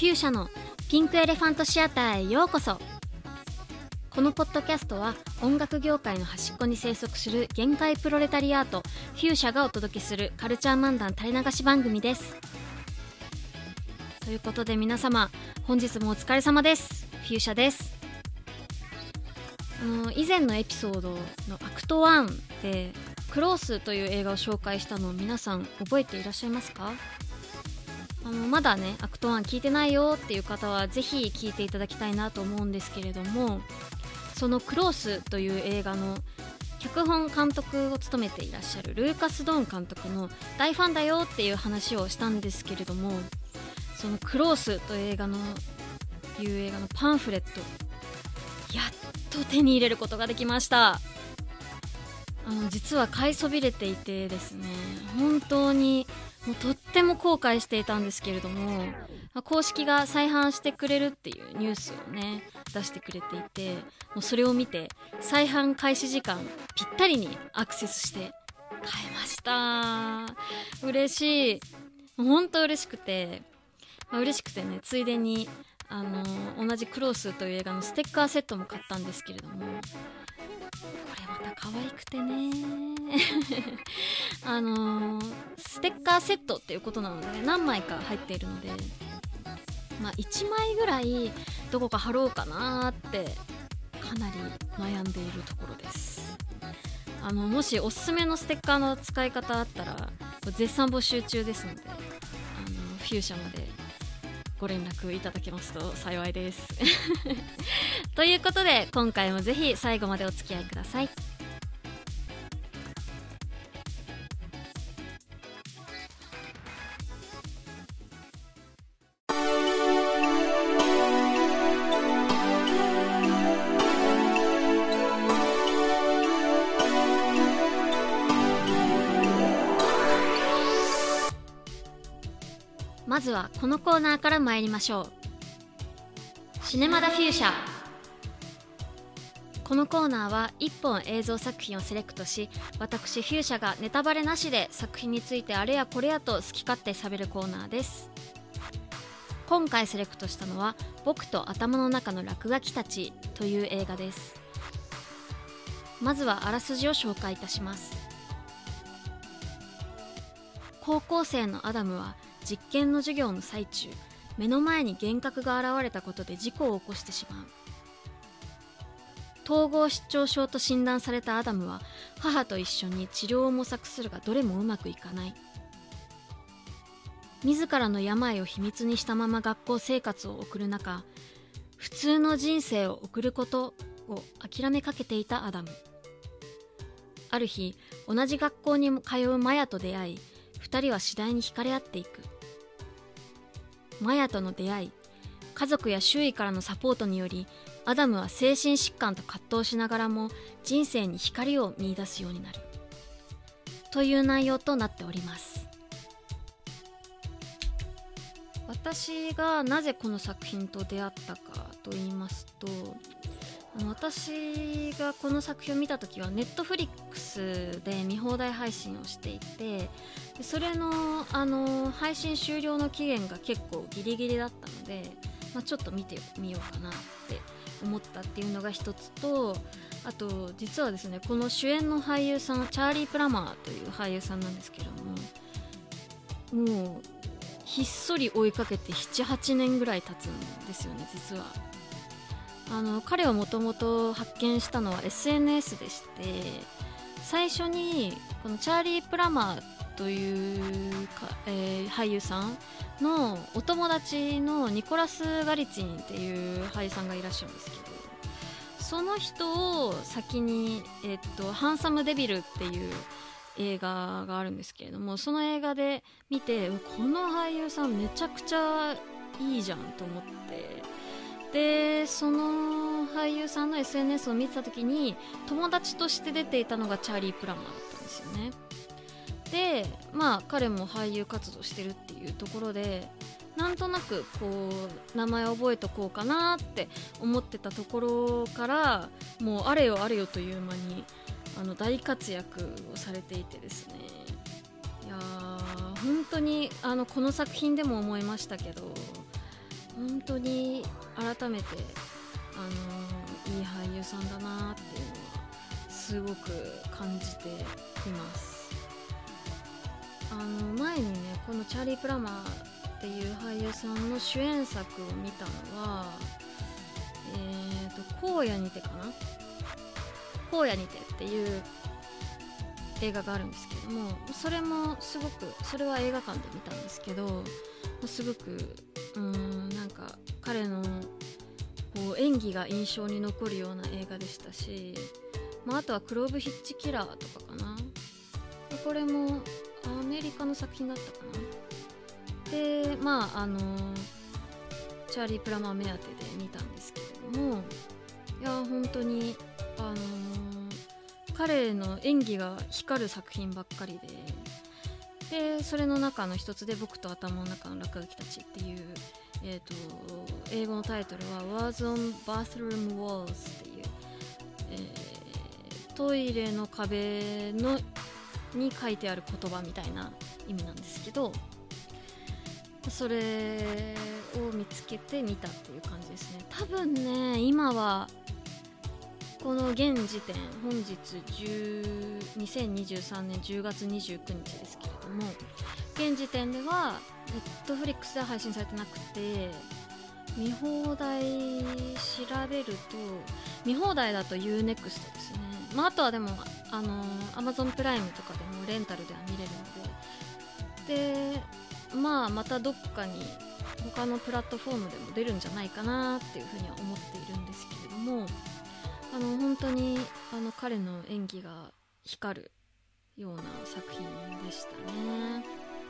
フューシャのピンクエレファントシアターへようこそ。このポッドキャストは音楽業界の端っこに生息する限界プロレタリアートフューシャがお届けするカルチャー漫談垂れ流し番組です。ということで皆様、本日もお疲れ様です。フューシャです。以前のエピソードのアクト1でクロースという映画を紹介したのを皆さん覚えていらっしゃいますか？まだねアクト1聞いてないよっていう方はぜひ聞いていただきたいなと思うんですけれども、そのクロースという映画の脚本監督を務めていらっしゃるルーカス・ドーン監督の大ファンだよっていう話をしたんですけれども、そのクロースという映画のパンフレットやっと手に入れることができました。実は買いそびれていてですね、本当にもうとっても後悔していたんですけれども、公式が再販してくれるっていうニュースをね出してくれていて、もうそれを見て再販開始時間ぴったりにアクセスして買いました。嬉しい、本当嬉しくてね、ついでに同じクロースという映画のステッカーセットも買ったんですけれども、これまた可愛くてねステッカーセットっていうことなので、ね、何枚か入っているので、1枚ぐらいどこか貼ろうかなってかなり悩んでいるところです。もしおすすめのステッカーの使い方あったら絶賛募集中ですので、フューシャまでご連絡いただけますと幸いですということで今回もぜひ最後までお付き合いください。まずはこのコーナーから参りましょう。シネマダフューシャ。このコーナーは1本映像作品をセレクトし、私フューシャがネタバレなしで作品についてあれやこれやと好き勝手喋るコーナーです。今回セレクトしたのは僕と頭の中の落書きたちという映画です。まずはあらすじを紹介いたします。高校生のアダムは実験の授業の最中、目の前に幻覚が現れたことで事故を起こしてしまう。統合失調症と診断されたアダムは母と一緒に治療を模索するがどれもうまくいかない。自らの病を秘密にしたまま学校生活を送る中、普通の人生を送ることを諦めかけていたアダム。ある日、同じ学校に通うマヤと出会い、二人は次第に惹かれ合っていく。マヤとの出会い、家族や周囲からのサポートによりアダムは精神疾患と葛藤しながらも人生に光を見出すようになるという内容となっております。私がなぜこの作品と出会ったかと言いますと、私がこの作品を見た時はネットフリックスで見放題配信をしていて、それの、配信終了の期限が結構ギリギリだったので、ちょっと見てみようかなって思ったっていうのが一つと、あと実はですね、この主演の俳優さんチャーリー・プラマーという俳優さんなんですけども、もうひっそり追いかけて 7,8 年ぐらい経つんですよね。実は彼をもともと発見したのは SNS でして、最初にこのチャーリー・プラマーという俳優さんのお友達のニコラス・ガリツィンっていう俳優さんがいらっしゃるんですけど、その人を先に、ハンサム・デビルっていう映画があるんですけれども、その映画で見て、この俳優さんめちゃくちゃいいじゃんと思って、でその俳優さんの SNS を見てた時に友達として出ていたのがチャーリー・プラマーだったんですよね。で彼も俳優活動してるっていうところで、なんとなくこう名前を覚えとこうかなって思ってたところから、もうあれよあれよという間に大活躍をされていてですね、いや本当にこの作品でも思いましたけど、 本当に改めて、いい俳優さんだなっていうのはすごく感じています。前にねこのチャーリー・プラマーっていう俳優さんの主演作を見たのは荒野にてかな、荒野にてっていう映画があるんですけども、それもすごく、それは映画館で見たんですけど、すごくなんか彼のこう演技が印象に残るような映画でしたし、あとはクローブヒッチキラーとかかな、これもアメリカの作品だったかな。でチャーリー・プラマー目当てで見たんですけれども、いや本当に彼の演技が光る作品ばっかりで、それの中の一つで僕と頭の中の落書きたちっていう、英語のタイトルは Words on Bathroom Walls っていう、トイレの壁に書いてある言葉みたいな意味なんですけど、それを見つけて見たっていう感じですね。多分ね今はこの現時点、本日2023年10月29日ですけれども、現時点ではNetflix では配信されてなくて、見放題調べると見放題だと UNEXT ですね。あとはでもAmazon プライムとかでもレンタルでは見れるので、またどっかに他のプラットフォームでも出るんじゃないかなっていうふうには思っているんですけれども、本当に彼の演技が光るような作品でしたね。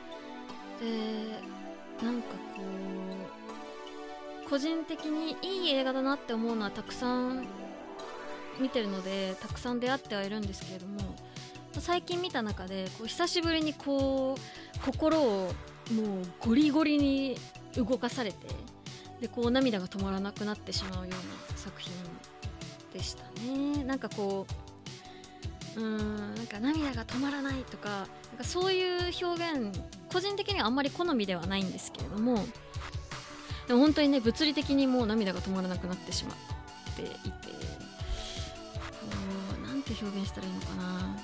でなんかこう個人的にいい映画だなって思うのはたくさん見てるので、たくさん出会ってはいるんですけれども、最近見た中でこう久しぶりにこう心をもうゴリゴリに動かされて、でこう涙が止まらなくなってしまうような作品でしたね。なんかこうなんか涙が止まらないとか、なんかそういう表現個人的にはあんまり好みではないんですけれども、でも本当にね物理的にもう涙が止まらなくなってしまっていて、こうなんて表現したらいいのかな、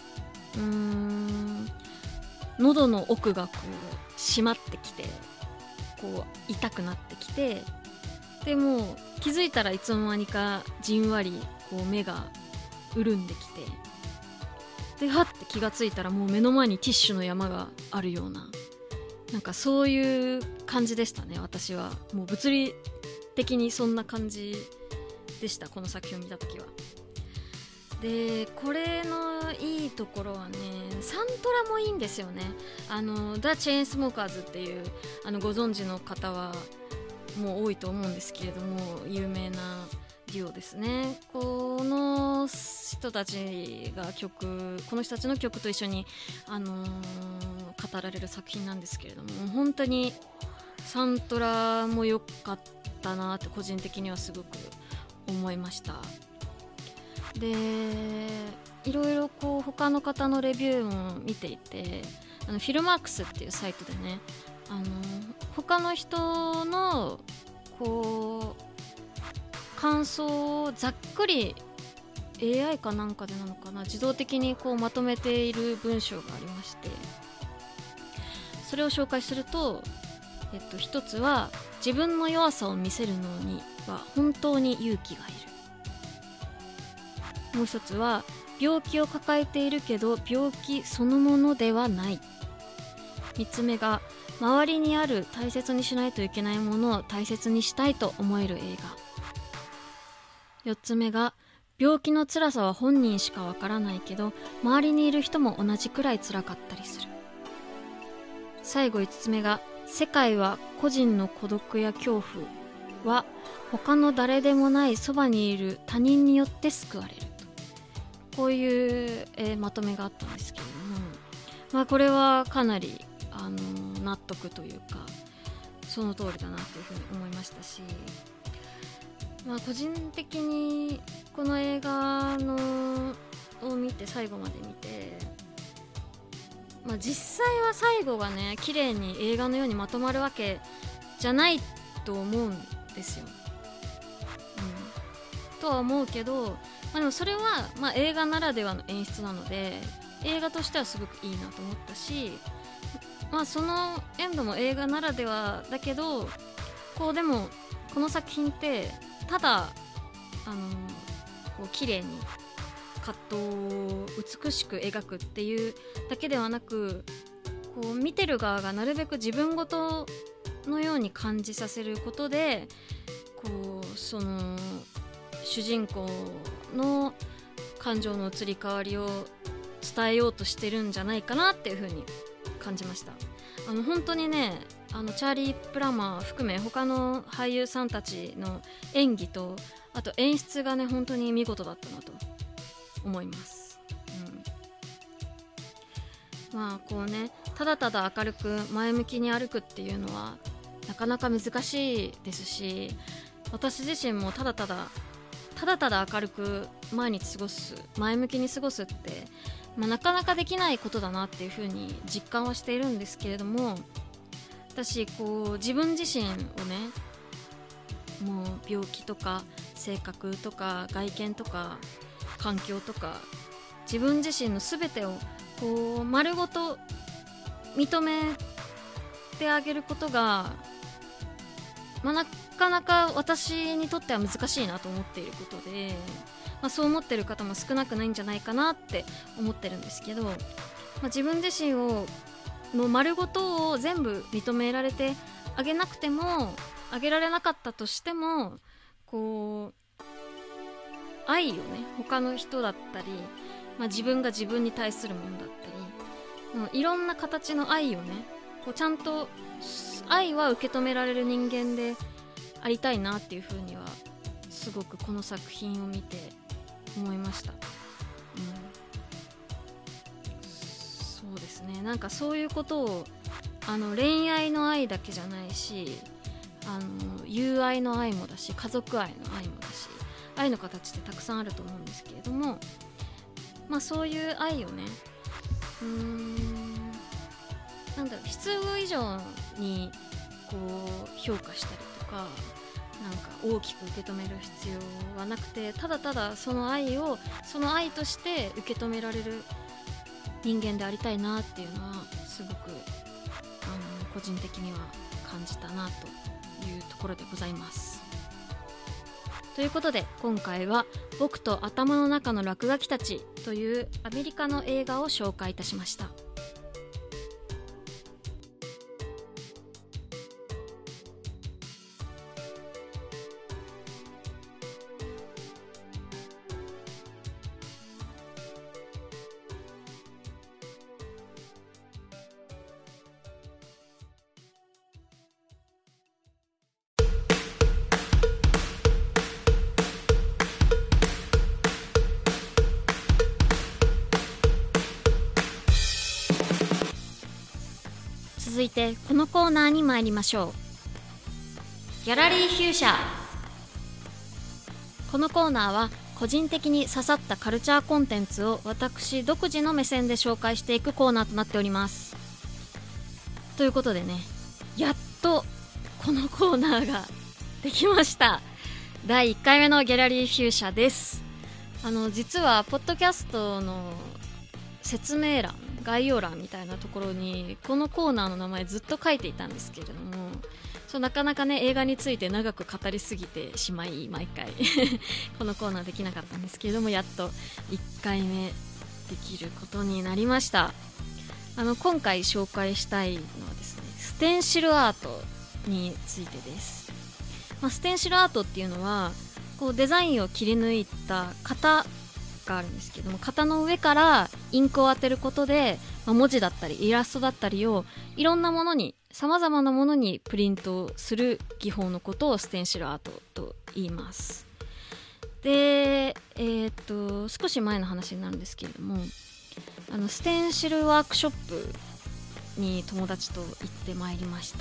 喉の奥がこう締まってきて、こう痛くなってきて、でもう気づいたらいつの間にかじんわりこう目が潤んできて、ではって気がついたらもう目の前にティッシュの山があるような、なんかそういう感じでしたね。私はもう物理的にそんな感じでした、この作品を見た時は。でこれのいいところはね、サントラもいいんですよね。The Chainsmokers っていうご存知の方はもう多いと思うんですけれども、有名なデュオですね。この人たちの曲と一緒に、語られる作品なんですけれども、本当にサントラも良かったなって個人的にはすごく思いました。でいろいろこう他の方のレビューも見ていて、フィルマークスっていうサイトでね、他の人のこう感想をざっくり AI かなんかでなのかな、自動的にこうまとめている文章がありまして、それを紹介すると、一つは自分の弱さを見せるのには本当に勇気がいる。もう一つは病気を抱えているけど病気そのものではない。三つ目が周りにある大切にしないといけないものを大切にしたいと思える映画。四つ目が病気の辛さは本人しかわからないけど周りにいる人も同じくらい辛かったりする。最後五つ目が世界は個人の孤独や恐怖は他の誰でもないそばにいる他人によって救われる。こういう、まとめがあったんですけれども、これはかなり納得というかその通りだなというふうに思いましたし、個人的にこの映画を見て最後まで見て、実際は最後がね綺麗に映画のようにまとまるわけじゃないと思うんですよ、とは思うけど、でもそれは、映画ならではの演出なので映画としてはすごくいいなと思ったし、そのエンドも映画ならではだけど、でもこの作品ってただ綺麗に葛藤を美しく描くっていうだけではなく、見てる側がなるべく自分ごとのように感じさせることで、その主人公の感情の移り変わりを伝えようとしてるんじゃないかなっていう風に感じました。本当にね、チャーリー・プラマー含め他の俳優さんたちの演技と、あと演出がね本当に見事だったなと思います、ただただ明るく前向きに歩くっていうのはなかなか難しいですし、私自身もただただ明るく毎日過ごす、前向きに過ごすって、なかなかできないことだなっていうふうに実感はしているんですけれども、私自分自身をね、もう病気とか性格とか外見とか環境とか自分自身の全てを丸ごと認めてあげることが、なかなか私にとっては難しいなと思っていることで、そう思ってる方も少なくないんじゃないかなって思ってるんですけど、自分自身をの丸ごとを全部認められてあげなくても、あげられなかったとしても、愛をね、他の人だったり、自分が自分に対するものだったり、いろんな形の愛をね、ちゃんと愛は受け止められる人間でありたいなっていうふうにはすごくこの作品を見て思いました、そうですね、なんかそういうことを恋愛の愛だけじゃないし、友愛の愛もだし、家族愛の愛もだし、愛の形ってたくさんあると思うんですけれども、そういう愛をね、必要以上に評価したりとか、大きく受け止める必要はなくて、ただただその愛をその愛として受け止められる人間でありたいなっていうのはすごく個人的には感じたなというところでございます。ということで今回は僕と頭の中の落書きたちというアメリカの映画を紹介いたしました。続いてこのコーナーに参りましょう。ギャラリーフューチャー。このコーナーは個人的に刺さったカルチャーコンテンツを私独自の目線で紹介していくコーナーとなっております。ということでね、やっとこのコーナーができました。第1回目のギャラリーフューチャーです。実はポッドキャストの説明欄、概要欄みたいなところにこのコーナーの名前ずっと書いていたんですけれども、なかなかね映画について長く語りすぎてしまい、毎回このコーナーできなかったんですけれども、やっと1回目できることになりました。今回紹介したいのはですね、ステンシルアートについてです。ステンシルアートっていうのはデザインを切り抜いた型があるんですけども、型の上からインクを当てることで、文字だったりイラストだったりをいろんなものに、さまざまなものにプリントする技法のことをステンシルアートと言います。で、少し前の話になるんですけれども、ステンシルワークショップに友達と行ってまいりました。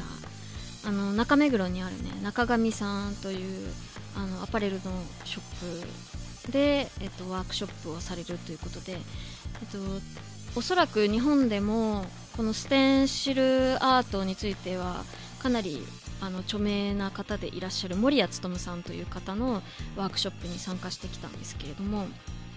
中目黒にあるね、中上さんというアパレルのショップで、ワークショップをされるということで、おそらく日本でもこのステンシルアートについてはかなり著名な方でいらっしゃる守谷勉さんという方のワークショップに参加してきたんですけれども、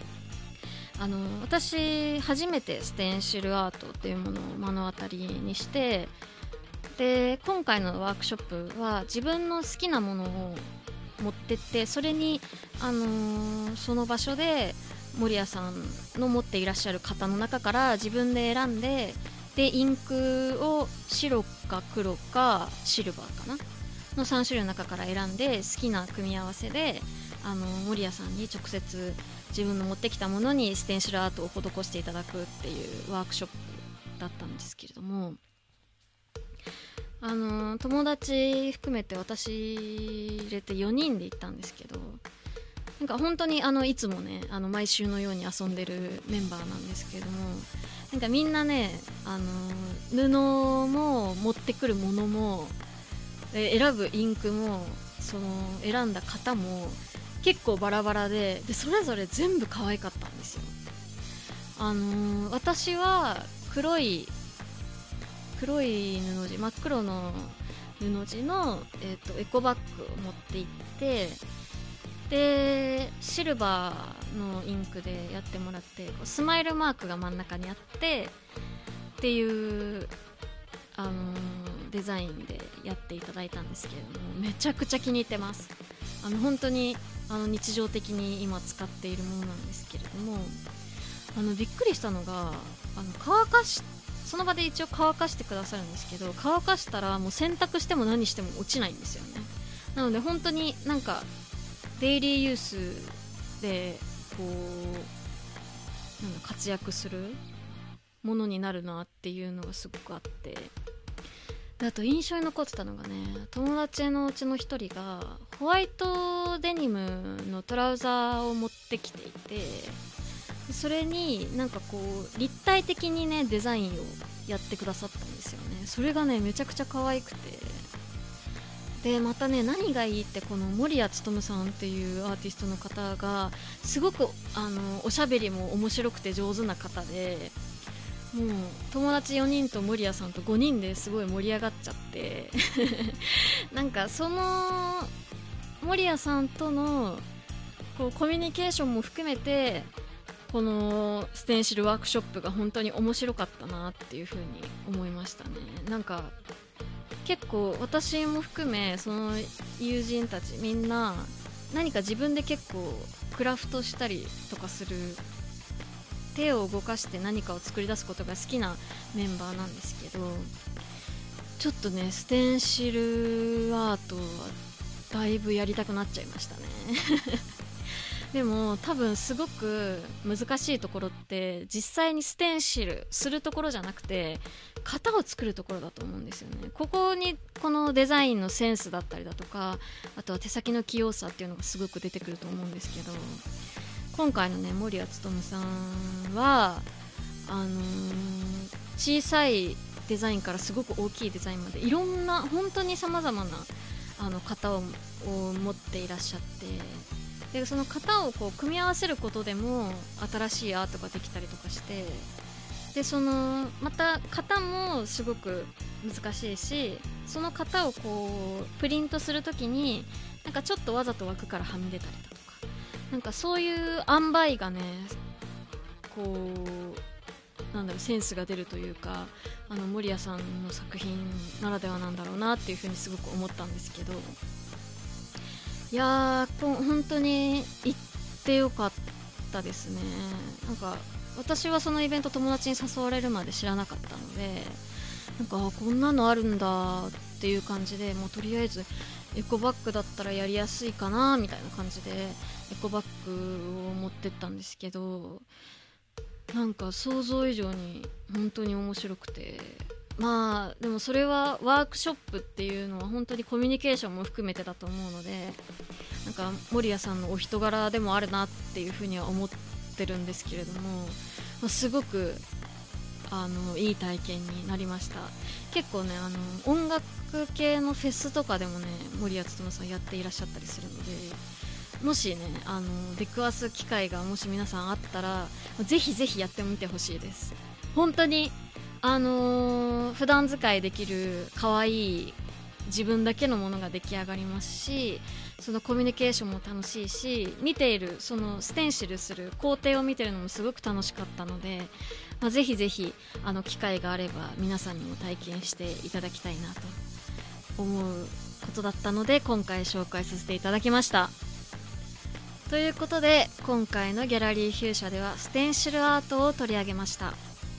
私初めてステンシルアートっていうものを目の当たりにして、で今回のワークショップは自分の好きなものを持ってって、それに、その場所で守谷さんの持っていらっしゃる型の中から自分で選んで、でインクを白か黒かシルバーかなの3種類の中から選んで好きな組み合わせで守谷さんに直接自分の持ってきたものにステンシルアートを施していただくっていうワークショップだったんですけれども、友達含めて私入れて4人で行ったんですけど、なんか本当にいつもね毎週のように遊んでるメンバーなんですけれども、なんかみんなね布も持ってくるものも選ぶインクもその選んだ型も結構バラバラで、それぞれ全部可愛かったんですよ。私は黒い布地、真っ黒の布地の、エコバッグを持って行って、でシルバーのインクでやってもらって、スマイルマークが真ん中にあってっていうデザインでやっていただいたんですけれども、めちゃくちゃ気に入ってます。本当に日常的に今使っているものなんですけれども、びっくりしたのがその場で一応乾かしてくださるんですけど、乾かしたらもう洗濯しても何しても落ちないんですよね。なので本当になんかデイリーユースでこう活躍するものになるなっていうのがすごくあって、であと印象に残ってたのがね、友達のうちの一人がホワイトデニムのトラウザーを持ってきていて、それになんかこう立体的にねデザインをやってくださったんですよね。それがねめちゃくちゃ可愛くて、でまたね何がいいって、この守谷勉さんっていうアーティストの方がすごくおしゃべりも面白くて上手な方で、もう友達4人と守谷さんと5人ですごい盛り上がっちゃってなんかその守谷さんとのこうコミュニケーションも含めて、このステンシルワークショップが本当に面白かったなっていう風に思いましたね。なんか結構私も含めその友人たちみんな何か自分で結構クラフトしたりとかする、手を動かして何かを作り出すことが好きなメンバーなんですけど、ちょっとねステンシルアートはだいぶやりたくなっちゃいましたねでも多分すごく難しいところって実際にステンシルするところじゃなくて型を作るところだと思うんですよね。ここにこのデザインのセンスだったりだとか、あとは手先の器用さっていうのがすごく出てくると思うんですけど、今回のね守谷勉さんは小さいデザインからすごく大きいデザインまでいろんな本当にさまざまな型を持っていらっしゃって、でその型をこう組み合わせることでも新しいアートができたりとかして、でそのまた型もすごく難しいし、その型をこうプリントするときになんかちょっとわざと枠からはみ出たりだとか、なんかそういう塩梅がねこうなんだろうセンスが出るというか、守谷さんの作品ならではなんだろうなっていうふうにすごく思ったんですけど、いやー本当に行ってよかったですね。なんか私はそのイベント友達に誘われるまで知らなかったので、なんかこんなのあるんだっていう感じで、もうとりあえずエコバッグだったらやりやすいかなみたいな感じでエコバッグを持ってったんですけど、なんか想像以上に本当に面白くて、まあでもそれはワークショップっていうのは本当にコミュニケーションも含めてだと思うので、なんか守谷さんのお人柄でもあるなっていうふうには思ってるんですけれども、まあ、すごくいい体験になりました。結構ね音楽系のフェスとかでもね守谷勉さんやっていらっしゃったりするので、もしね出くわす機会がもし皆さんあったらぜひぜひやってみてほしいです。本当に普段使いできる可愛い自分だけのものが出来上がりますし、そのコミュニケーションも楽しいし、見ているそのステンシルする工程を見てるのもすごく楽しかったので、ぜひぜひ機会があれば皆さんにも体験していただきたいなと思うことだったので、今回紹介させていただきました。ということで、今回のギャラリーフューシャではステンシルアートを取り上げました。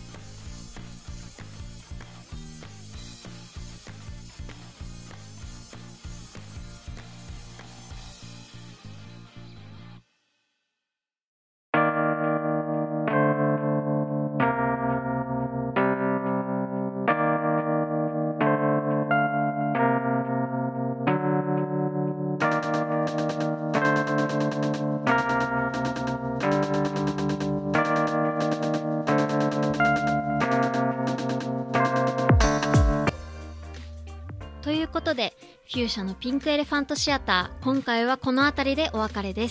ということで、フューシャのピンクエレファントシアター、今回はこの辺りでお別れです。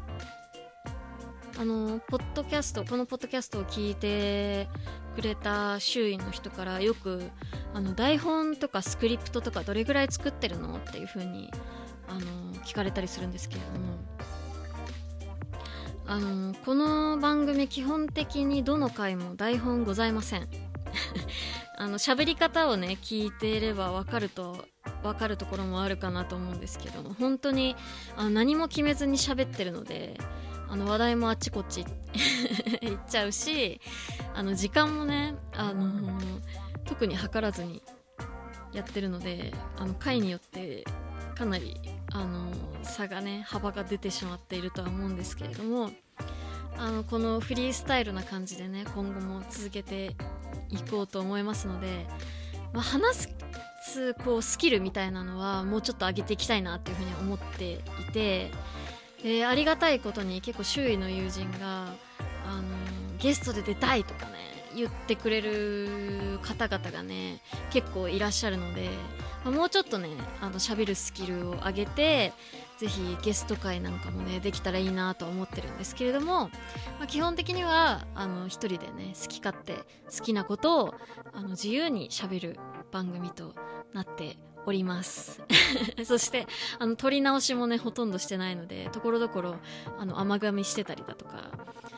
このポッドキャストを聞いてくれた周囲の人からよく台本とかスクリプトとかどれぐらい作ってるのっていう風に聞かれたりするんですけれども、この番組基本的にどの回も台本ございません。喋り方をね聞いていれば分かるところもあるかなと思うんですけども、本当に何も決めずに喋ってるので、話題もあっちこっち行っちゃうし、時間もね、特に計らずにやってるので、回によってかなり差がね、幅が出てしまっているとは思うんですけれども、このフリースタイルな感じでね、今後も続けていこうと思いますので、話すスキルみたいなのはもうちょっと上げていきたいなっていうふうに思っていて、ありがたいことに結構周囲の友人がゲストで出たいとかね言ってくれる方々がね結構いらっしゃるので、もうちょっとね喋るスキルを上げて、ぜひゲスト会なんかもねできたらいいなと思ってるんですけれども、基本的には一人でね好き勝手好きなことを自由に喋る番組となっておりますそして撮り直しもねほとんどしてないので、ところどころ甘噛みしてたりだとか、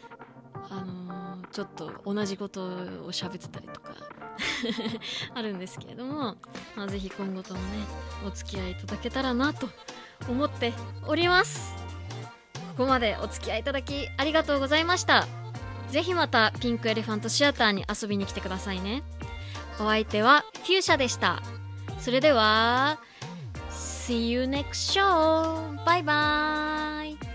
ちょっと同じことを喋ってたりとかあるんですけれども、ぜひ今後ともねお付き合いいただけたらなと思っております。ここまでお付き合いいただきありがとうございました。ぜひまたピンクエレファントシアターに遊びに来てくださいね。お相手はフューシャでした。それでは See you next show! バイバイ。